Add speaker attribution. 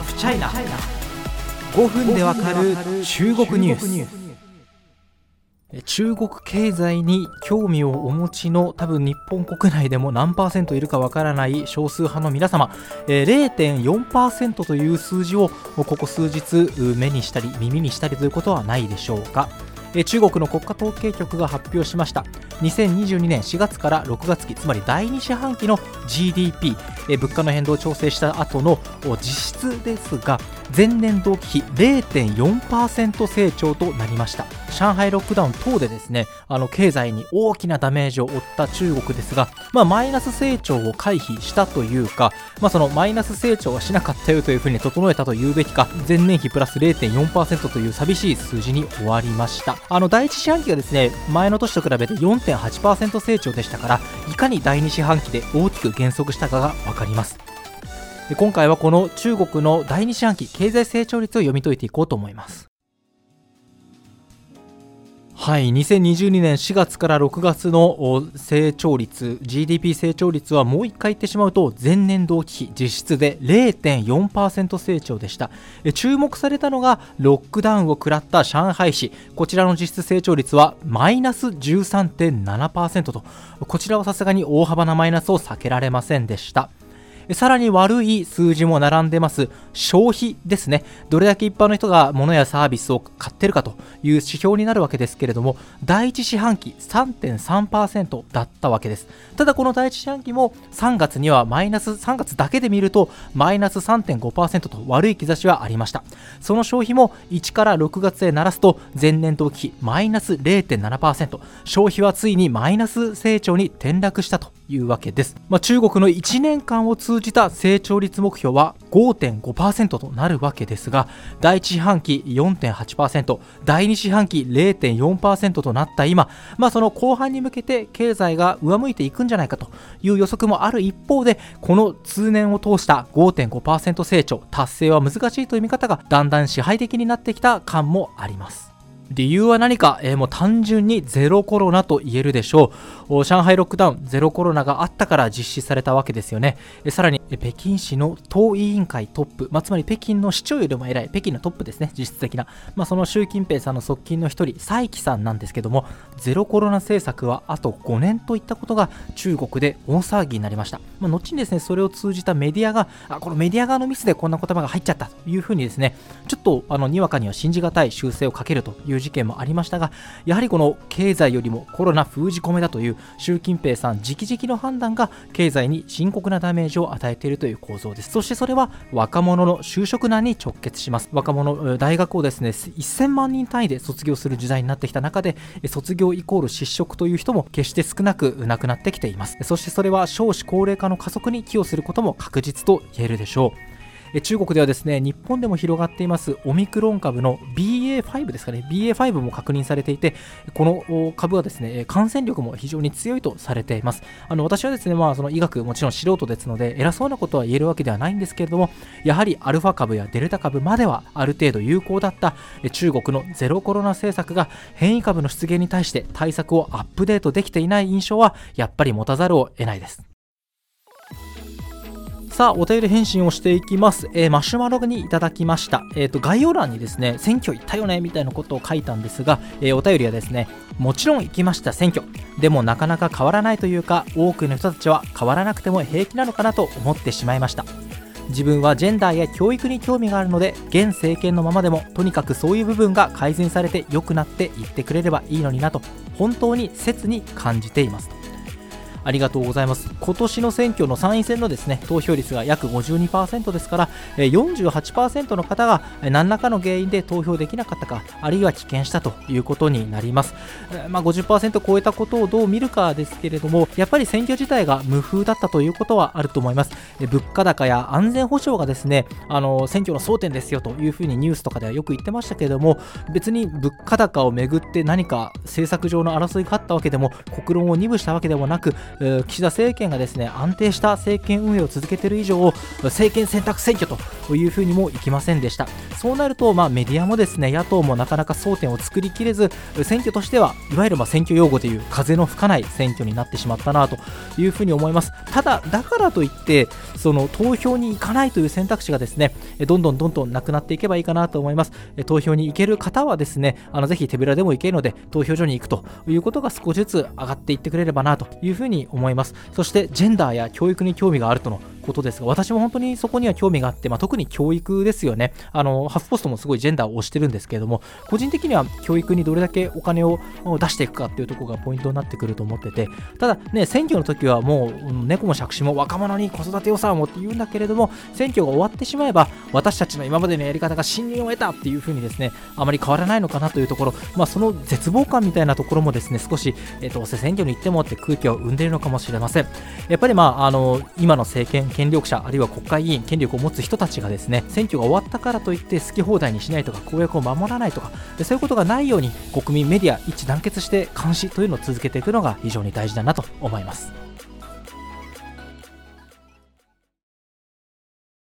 Speaker 1: フチャイナ5分でわかる中国ニュース。中国経済に興味をお持ちの多分日本国内でも何%いるかわからない少数派の皆様、0.4% という数字をここ数日目にしたり耳にしたりということはないでしょうか。中国の国家統計局が発表しました2022年4月から6月期、つまり第2四半期の GDP、物価の変動を調整した後の実質ですが、前年同期比 0.4% 成長となりました。上海ロックダウン等でですね、経済に大きなダメージを負った中国ですが、マイナス成長を回避したというか、そのマイナス成長はしなかったよというふうに整えたというべきか、前年比プラス 0.4% という寂しい数字に終わりました。第一四半期がですね、前の年と比べて 4.8% 成長でしたから、いかに第二四半期で大きく減速したかが分かります。今回はこの中国の第二四半期経済成長率を読み解いていこうと思います。はい、2022年4月から6月の成長率 GDP 成長率はもう一回言ってしまうと、前年同期比実質で 0.4% 成長でした。注目されたのがロックダウンを食らった上海市、こちらの実質成長率はマイナス 13.7% と、こちらはさすがに大幅なマイナスを避けられませんでした。さらに悪い数字も並んでます消費ですね。どれだけ一般の人が物やサービスを買ってるかという指標になるわけですけれども、第一四半期 3.3% だったわけです。ただこの第一四半期も3月には3月だけで見るとマイナス 3.5% と悪い兆しはありました。その消費も1から6月へならすと前年同期比マイナス 0.7%、 消費はついにマイナス成長に転落したというわけです。中国の1年間を通じた成長率目標は 5.5% となるわけですが、第1四半期 4.8%、 第2四半期 0.4% となった今、その後半に向けて経済が上向いていくんじゃないかという予測もある一方で、この通年を通した 5.5% 成長達成は難しいという見方がだんだん支配的になってきた感もあります。理由は何か、もう単純にゼロコロナと言えるでしょう。上海ロックダウン、ゼロコロナがあったから実施されたわけですよね。さらに北京市の党委員会トップ、つまり北京の市長よりも偉い北京のトップですね、実質的な、その習近平さんの側近の一人蔡奇さんなんですけども、ゼロコロナ政策はあと5年といったことが中国で大騒ぎになりました。後にですね、それを通じたメディアがこのメディア側のミスでこんな言葉が入っちゃったというふうにですね、ちょっとにわかには信じがたい修正をかけるという事件もありましたが、やはりこの経済よりもコロナ封じ込めだという習近平さん直々の判断が経済に深刻なダメージを与えているという構造です。そしてそれは若者の就職難に直結します。若者、大学をですね1000万人単位で卒業する時代になってきた中で、卒業イコール失職という人も決して少なくなくなってきています。そしてそれは少子高齢化の加速に寄与することも確実と言えるでしょう。中国ではですね、日本でも広がっていますオミクロン株の BA.5 ですかね、 BA.5 も確認されていて、この株はですね感染力も非常に強いとされています。私はですね、その医学もちろん素人ですので偉そうなことは言えるわけではないんですけれども、やはりアルファ株やデルタ株まではある程度有効だった中国のゼロコロナ政策が変異株の出現に対して対策をアップデートできていない印象はやっぱり持たざるを得ないです。さあ、お便り返信をしていきます。マシュマロにいただきました。概要欄にですね、選挙行ったよねみたいなことを書いたんですが、お便りはですね、もちろん行きました選挙。でもなかなか変わらないというか、多くの人たちは変わらなくても平気なのかなと思ってしまいました。自分はジェンダーや教育に興味があるので、現政権のままでもとにかくそういう部分が改善されて良くなっていってくれればいいのになと、本当に切に感じています。ありがとうございます。今年の選挙の参院選のですね投票率が約 52% ですから、48% の方が何らかの原因で投票できなかったか、あるいは棄権したということになります。50% 超えたことをどう見るかですけれども、やっぱり選挙自体が無風だったということはあると思います。物価高や安全保障がですね選挙の争点ですよというふうにニュースとかではよく言ってましたけれども、別に物価高をめぐって何か政策上の争いがあったわけでも国論を二分したわけでもなく、 岸田政権がですね安定した政権運営を続けている以上、政権選択選挙というふうにもいきませんでした。そうなると、メディアもですね野党もなかなか争点を作りきれず、選挙としてはいわゆる選挙用語でいう風の吹かない選挙になってしまったなというふうに思います。ただだからといってその投票に行かないという選択肢がですねどんどんなくなっていけばいいかなと思います。投票に行ける方はですねぜひ手ぶらでも行けるので投票所に行くということが少しずつ上がっていってくれればなというふうに思います。そしてジェンダーや教育に興味があるとのことですが、私も本当にそこには興味があって、特に教育ですよね。ハフポストもすごいジェンダーを推してるんですけれども、個人的には教育にどれだけお金を出していくかっていうところがポイントになってくると思ってて、ただね選挙の時はもう猫も杓子も若者に子育て予算をって言うんだけれども、選挙が終わってしまえば私たちの今までのやり方が信任を得たっていう風にですねあまり変わらないのかなというところ、その絶望感みたいなところもですね少し、どうせ選挙に行ってもって空気を生んでいるのかもしれません。やっぱり今の政権権力者あるいは国会議員権力を持つ人たちがですね選挙が終わったからといって好き放題にしないとか公約を守らないとかそういうことがないように国民メディア一致団結して監視というのを続けていくのが非常に大事だなと思います。